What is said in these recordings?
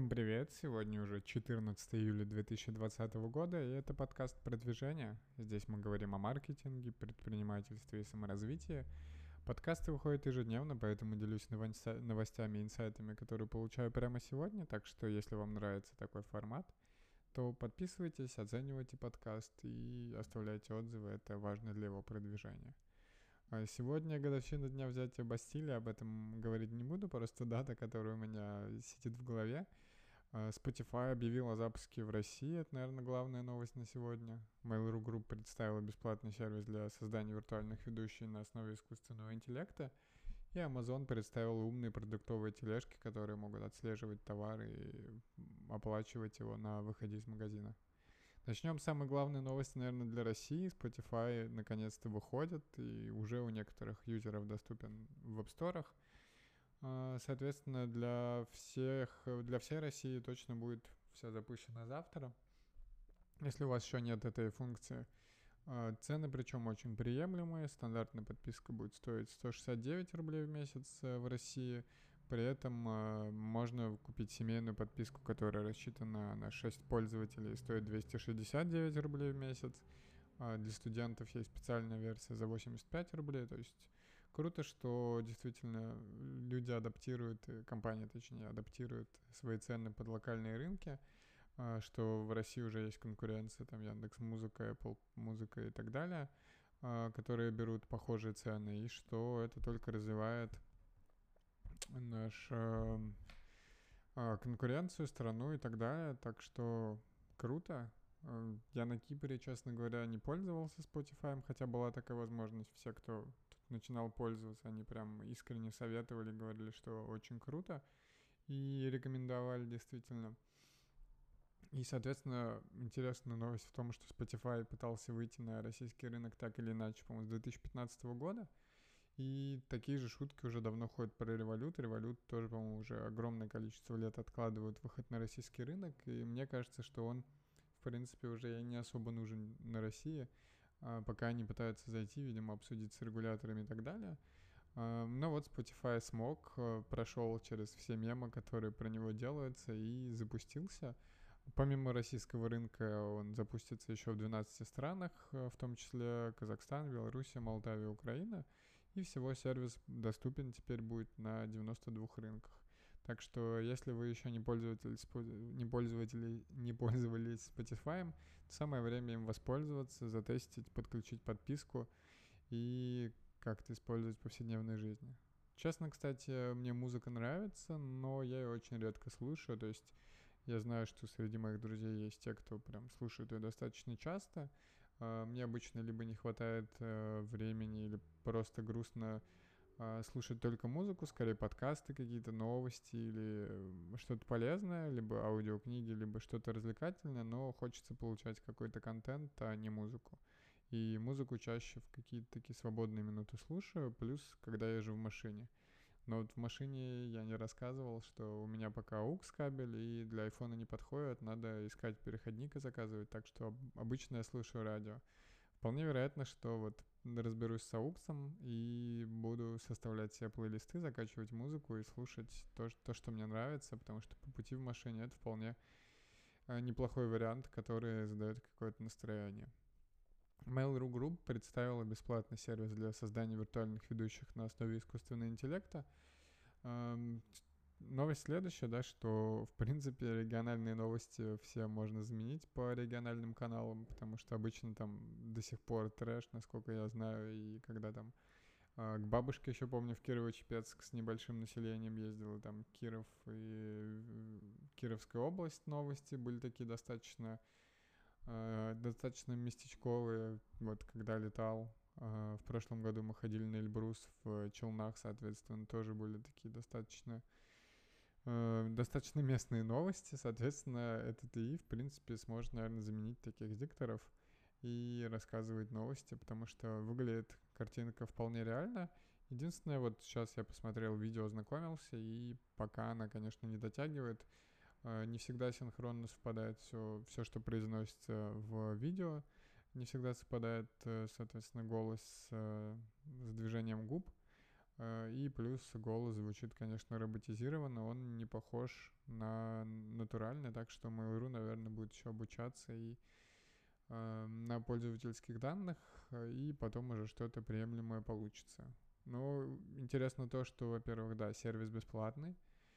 Всем привет! Сегодня уже 14 июля 2020 года, и это подкаст «Продвижение». Здесь мы говорим о маркетинге, предпринимательстве и саморазвитии. Подкасты выходят ежедневно, поэтому делюсь новостями и инсайтами, которые получаю прямо сегодня. Так что, если вам нравится такой формат, то подписывайтесь, оценивайте подкаст и оставляйте отзывы. Это важно для его продвижения. Сегодня годовщина дня взятия Бастилии, об этом говорить не буду, просто дата, которая у меня сидит в голове. Spotify объявил о запуске в России, это, наверное, главная новость на сегодня. Mail.ru Group представила бесплатный сервис для создания виртуальных ведущих на основе искусственного интеллекта. И Amazon представил умные продуктовые тележки, которые могут отслеживать товар и оплачивать его на выходе из магазина. Начнем с самой главной новости, наверное, для России. Spotify наконец-то выходит и уже у некоторых юзеров доступен в App Store. Соответственно, для всей России точно будет все запущено завтра. Если у вас еще нет этой функции, цены причем очень приемлемые. Стандартная подписка будет стоить 169 рублей в месяц в России. При этом можно купить семейную подписку, которая рассчитана на 6 пользователей и стоит 269 рублей в месяц. Для студентов есть специальная версия за 85 рублей. То есть круто, что действительно люди адаптируют, компания точнее, адаптирует свои цены под локальные рынки, что в России уже есть конкуренция, там Яндекс.Музыка, Apple Музыка и так далее, которые берут похожие цены, и что это только развивает нашу конкуренцию, страну и так далее. Так что круто. Я на Кипре, честно говоря, не пользовался Spotify, хотя была такая возможность. Все, кто тут начинал пользоваться, они прям искренне советовали, говорили, что очень круто, и рекомендовали действительно. И, соответственно, интересная новость в том, что Spotify пытался выйти на российский рынок так или иначе, по-моему, с 2015 года. И такие же шутки уже давно ходят про Revolut. Revolut тоже, по-моему, уже огромное количество лет откладывают выход на российский рынок. И мне кажется, что он, в принципе, уже не особо нужен на России, пока они пытаются зайти, видимо, обсудить с регуляторами и так далее. Но вот Spotify смог, прошел через все мемы, которые про него делаются, и запустился. Помимо российского рынка он запустится еще в 12 странах, в том числе Казахстан, Белоруссия, Молдавия, Украина. И всего сервис доступен теперь будет на 92 рынках. Так что, если вы еще не пользовались Spotify, то самое время им воспользоваться, затестить, подключить подписку и как-то использовать в повседневной жизни. Честно, кстати, мне музыка нравится, но я ее очень редко слушаю. То есть я знаю, что среди моих друзей есть те, кто прям слушает ее достаточно часто. Мне обычно либо не хватает времени, или просто грустно слушать только музыку, скорее подкасты какие-то, новости или что-то полезное, либо аудиокниги, либо что-то развлекательное, но хочется получать какой-то контент, а не музыку. И музыку чаще в какие-то такие свободные минуты слушаю, плюс когда езжу в машине. Но вот в машине я не рассказывал, что у меня пока AUX кабель и для айфона не подходит, надо искать переходник и заказывать, так что обычно я слушаю радио. Вполне вероятно, что вот разберусь с AUX и буду составлять себе плейлисты, закачивать музыку и слушать то, что мне нравится, потому что по пути в машине это вполне неплохой вариант, который задает какое-то настроение. Mail.ru Group представила бесплатный сервис для создания виртуальных ведущих на основе искусственного интеллекта. Новость следующая, да, что, в принципе, региональные новости все можно заменить по региональным каналам, потому что обычно там до сих пор трэш, насколько я знаю, и когда там к бабушке еще, помню, в Кирово-Чепецк с небольшим населением ездила, там Киров и Кировская область новости были такие достаточно местечковые. Вот когда летал, в прошлом году мы ходили на Эльбрус в Челнах, соответственно, тоже были такие достаточно местные новости. Соответственно, этот ИИ, в принципе, сможет, наверное, заменить таких дикторов и рассказывать новости, потому что выглядит картинка вполне реально. Единственное, вот сейчас я посмотрел видео, ознакомился, и пока она, конечно, не дотягивает, не всегда синхронно совпадает все, что произносится в видео. Не всегда совпадает, соответственно, голос с движением губ. И плюс голос звучит, конечно, роботизированно, он не похож на натуральный, так что Mail.ru, наверное, будет еще обучаться и на пользовательских данных, и потом уже что-то приемлемое получится. Но интересно то, что, во-первых, да, сервис бесплатный.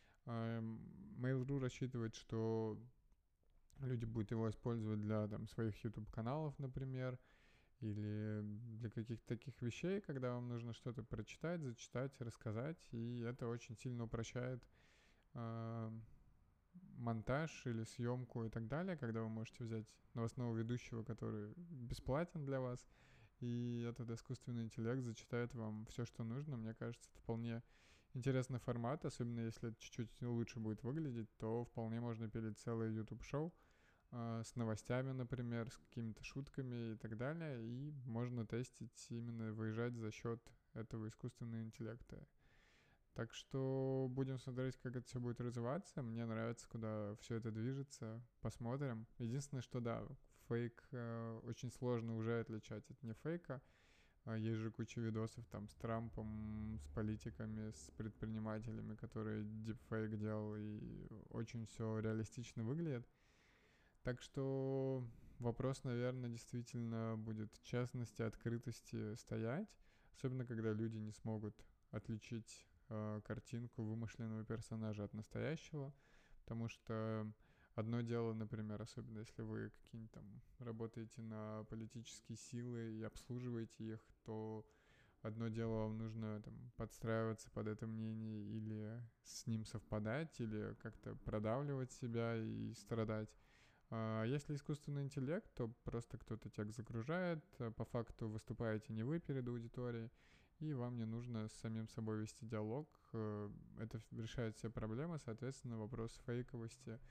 Mail.ru рассчитывает, что люди будут его использовать для там, своих YouTube-каналов, например, или для каких-то таких вещей, когда вам нужно что-то прочитать, зачитать, рассказать, и это очень сильно упрощает э, монтаж или съемку и так далее, когда вы можете взять новостного ведущего, который бесплатен для вас, и этот искусственный интеллект зачитает вам все, что нужно. Мне кажется, это вполне интересный формат, особенно если это чуть-чуть лучше будет выглядеть, то вполне можно пилить целое YouTube-шоу с новостями, например, с какими-то шутками и так далее, и можно тестить, именно выезжать за счет этого искусственного интеллекта. Так что будем смотреть, как это все будет развиваться. Мне нравится, куда все это движется. Посмотрим. Единственное, что да, фейк очень сложно уже отличать от не фейка. Есть же куча видосов там с Трампом, с политиками, с предпринимателями, которые дипфейк делал, и очень все реалистично выглядит. Так что вопрос, наверное, действительно будет честности, открытости стоять, особенно когда люди не смогут отличить картинку вымышленного персонажа от настоящего, потому что одно дело, например, особенно если вы какие-нибудь там работаете на политические силы и обслуживаете их, то одно дело вам нужно там подстраиваться под это мнение или с ним совпадать, или как-то продавливать себя и страдать. Если искусственный интеллект, то просто кто-то текст загружает, по факту выступаете не вы перед аудиторией, и вам не нужно с самим собой вести диалог. Это решает все проблемы, соответственно, вопрос фейковости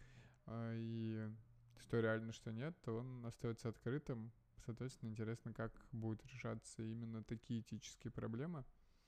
и что реально, что нет, то он остается открытым. Соответственно, интересно, как будут решаться именно такие этические проблемы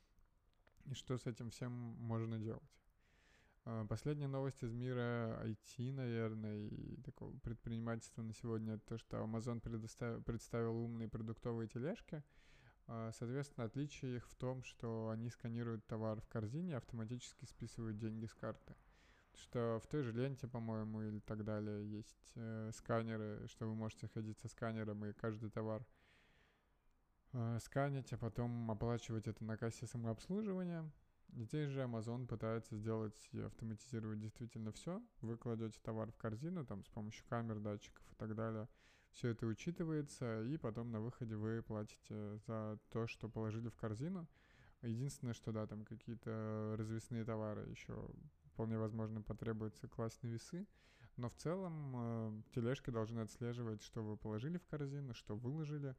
и что с этим всем можно делать. Последняя новость из мира IT, наверное, и такого предпринимательства на сегодня, это то, что Amazon представил умные продуктовые тележки. Соответственно, отличие их в том, что они сканируют товар в корзине и автоматически списывают деньги с карты. Что в той же ленте, по-моему, или так далее, есть сканеры, что вы можете ходить со сканером и каждый товар сканить, а потом оплачивать это на кассе самообслуживания. Здесь же Amazon пытается сделать и автоматизировать действительно все. Вы кладете товар в корзину, там, с помощью камер, датчиков и так далее. Все это учитывается, и потом на выходе вы платите за то, что положили в корзину. Единственное, что да, там какие-то развесные товары еще вполне возможно потребуется класть на весы. Но в целом тележки должны отслеживать, что вы положили в корзину, что выложили.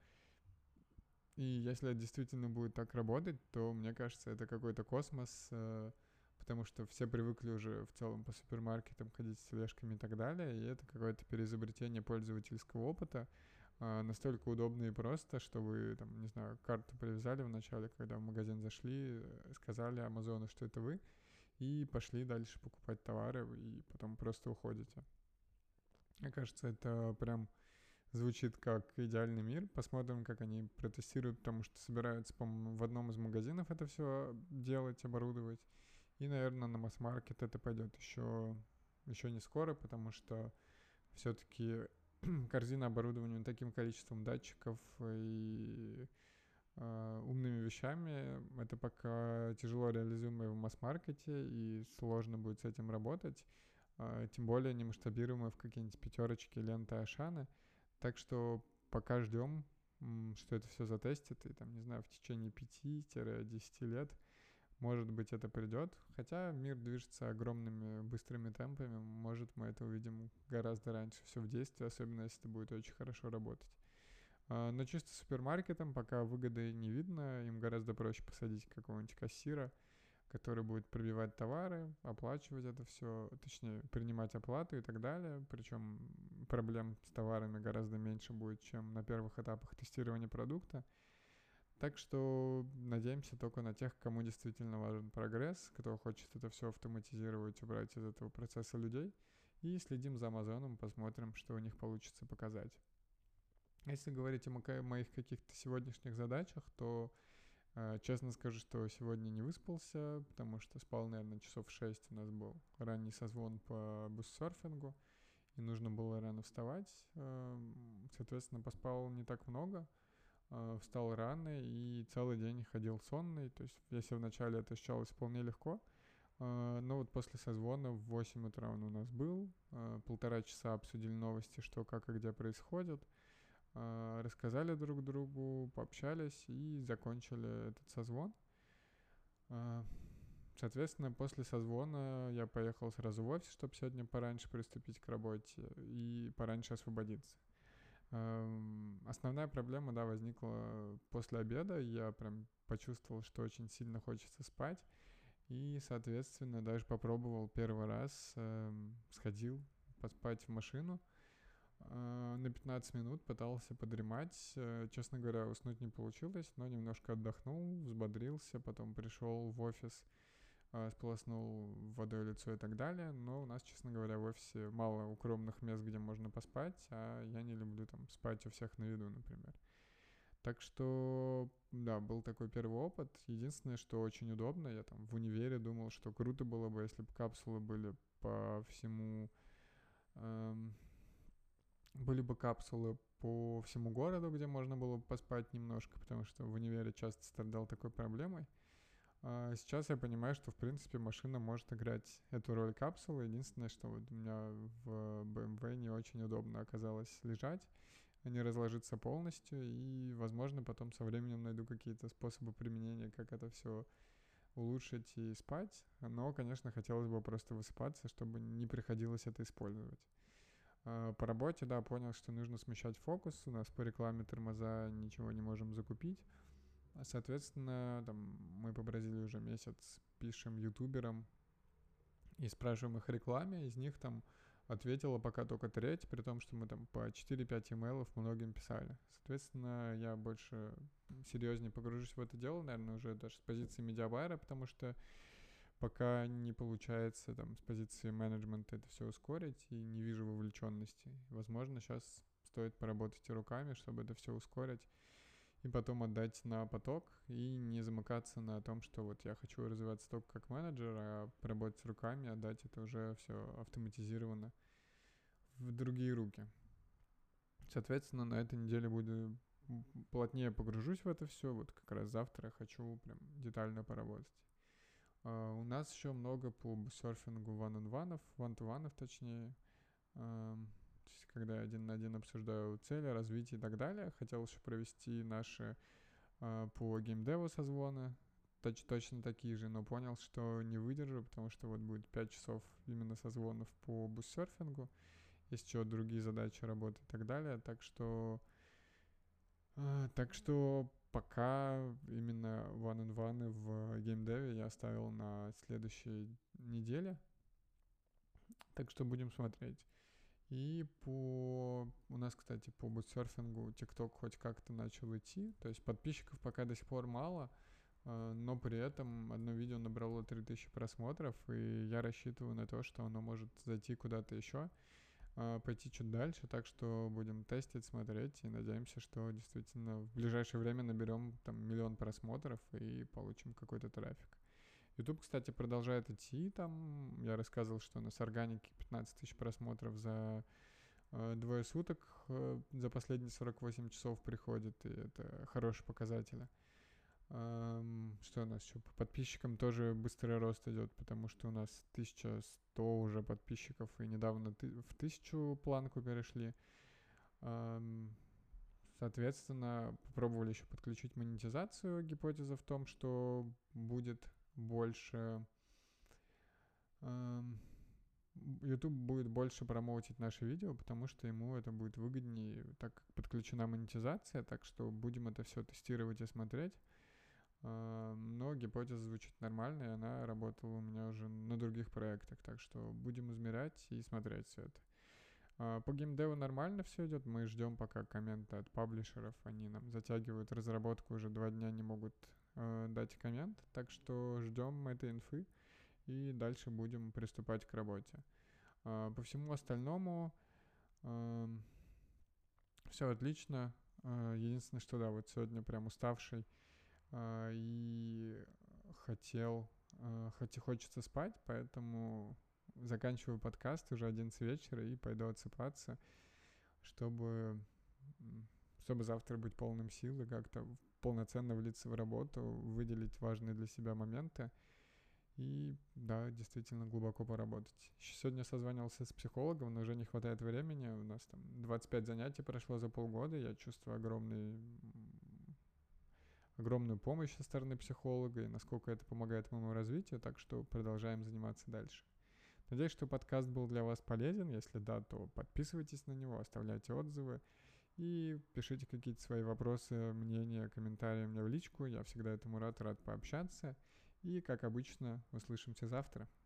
И если это действительно будет так работать, то, мне кажется, это какой-то космос, потому что все привыкли уже в целом по супермаркетам ходить с тележками и так далее, и это какое-то переизобретение пользовательского опыта, настолько удобно и просто, что вы, там, не знаю, карту привязали в начале, когда в магазин зашли, сказали Амазону, что это вы, и пошли дальше покупать товары, и потом просто уходите. Мне кажется, это прям звучит как идеальный мир. Посмотрим, как они протестируют, потому что собираются, по-моему, в одном из магазинов это все делать, оборудовать. И, наверное, на масс-маркет это пойдет еще не скоро, потому что все-таки корзина оборудования таким количеством датчиков и умными вещами, это пока тяжело реализуемое в масс-маркете, и сложно будет с этим работать, тем более не масштабируемое в какие-нибудь пятерочки, ленты Ашаны. Так что пока ждем, что это все затестит, и там, не знаю, в течение 5-10 лет, может быть, это придет. Хотя мир движется огромными быстрыми темпами, может, мы это увидим гораздо раньше, все в действии, особенно если это будет очень хорошо работать. Но чисто супермаркетам пока выгоды не видно, им гораздо проще посадить какого-нибудь кассира, который будет пробивать товары, оплачивать это все, точнее, принимать оплату и так далее. Причем проблем с товарами гораздо меньше будет, чем на первых этапах тестирования продукта. Так что надеемся только на тех, кому действительно важен прогресс, кто хочет это все автоматизировать, убрать из этого процесса людей. И следим за Амазоном, посмотрим, что у них получится показать. Если говорить о моих каких-то сегодняшних задачах, то Честно скажу, что сегодня не выспался, потому что спал, наверное, часов 6 у нас был ранний созвон по буссерфингу, и нужно было рано вставать. Соответственно, поспал не так много, встал рано и целый день ходил сонный. То есть если вначале это ощущалось вполне легко, но вот после созвона в 8 утра он у нас был, 1,5 часа обсудили новости, что, как и где происходит, рассказали друг другу, пообщались и закончили этот созвон. А, Соответственно, после созвона я поехал сразу в офис, чтобы сегодня пораньше приступить к работе и пораньше освободиться. Основная проблема, да, возникла после обеда. Я прям почувствовал, что очень сильно хочется спать. И, соответственно, даже попробовал первый раз, сходил поспать в машину. На 15 минут пытался подремать. Честно говоря, уснуть не получилось, но немножко отдохнул, взбодрился, потом пришел в офис, сполоснул водой лицо и так далее. Но у нас, честно говоря, в офисе мало укромных мест, где можно поспать, а я не люблю там спать у всех на виду, например. Так что, да, был такой первый опыт. Единственное, что очень удобно, я там в универе думал, что круто было бы, если бы капсулы были по всему... Были бы капсулы по всему городу, где можно было бы поспать немножко, потому что в универе часто страдал такой проблемой. Сейчас я понимаю, что, в принципе, машина может играть эту роль капсулы. Единственное, что вот у меня в BMW не очень удобно оказалось лежать, не разложиться полностью, и, возможно, потом со временем найду какие-то способы применения, как это все улучшить и спать. Но, конечно, хотелось бы просто высыпаться, чтобы не приходилось это использовать. По работе, да, понял, что нужно смещать фокус. У нас по рекламе тормоза ничего не можем закупить. Соответственно, там, мы по Бразилии уже месяц пишем ютуберам и спрашиваем их о рекламе. Из них там ответила пока только треть, при том, что мы там по 4-5 имейлов многим писали. Соответственно, я больше серьезнее погружусь в это дело, наверное, уже даже с позиции медиабайера, потому что пока не получается там с позиции менеджмента это все ускорить и не вижу вовлеченности. Возможно, сейчас стоит поработать и руками, чтобы это все ускорить и потом отдать на поток и не замыкаться на том, что вот я хочу развиваться только как менеджер, а поработать руками, отдать это уже все автоматизированно в другие руки. Соответственно, на этой неделе буду плотнее погружусь в это все. Вот как раз завтра хочу прям детально поработать. У нас еще много по серфингу one-to-one точнее. То есть, когда я один на один обсуждаю цели, развитие и так далее. Хотел еще провести наши по геймдеву созвоны. Точно такие же, но понял, что не выдержу, потому что вот будет 5 часов именно созвонов по буссерфингу. Есть еще другие задачи работы и так далее. Так что пока именно one-on-one в геймдеве я оставил на следующей неделе. Так что будем смотреть. И у нас, кстати, по бутсерфингу TikTok хоть как-то начал идти. То есть подписчиков пока до сих пор мало, но при этом одно видео набрало 3000 просмотров, и я рассчитываю на то, что оно может зайти куда-то еще, пойти чуть дальше, так что будем тестить, смотреть и надеемся, что действительно в ближайшее время наберем там 1 000 000 просмотров и получим какой-то трафик. YouTube, кстати, продолжает идти там. Я рассказывал, что на органики 15 000 просмотров за двое суток за последние 48 часов приходит, и это хорошие показатели. Что у нас еще? По подписчикам тоже быстрый рост идет, потому что у нас 1100 уже подписчиков, и недавно в 1000 планку перешли. Соответственно, попробовали еще подключить монетизацию. Гипотеза в том, что будет больше... YouTube будет больше промоутить наши видео, потому что ему это будет выгоднее, так как подключена монетизация, так что будем это все тестировать и смотреть. Но гипотеза звучит нормально, и она работала у меня уже на других проектах, так что будем измерять и смотреть все это. По геймдеву нормально все идет, мы ждем пока комменты от паблишеров, они нам затягивают разработку, уже 2 дня не могут дать коммент, так что ждем этой инфы и дальше будем приступать к работе. По всему остальному все отлично. Единственное, что да, вот сегодня прям уставший, и хочется спать, поэтому заканчиваю подкаст уже 11 вечера и пойду отсыпаться, чтобы завтра быть полным сил и как-то полноценно влиться в работу, выделить важные для себя моменты и, да, действительно глубоко поработать. Еще сегодня созванивался с психологом, но уже не хватает времени. У нас там 25 занятий прошло за полгода. Я чувствую огромную помощь со стороны психолога и насколько это помогает моему развитию, так что продолжаем заниматься дальше. Надеюсь, что подкаст был для вас полезен. Если да, то подписывайтесь на него, оставляйте отзывы и пишите какие-то свои вопросы, мнения, комментарии мне в личку. Я всегда этому рад пообщаться. И, как обычно, услышимся завтра.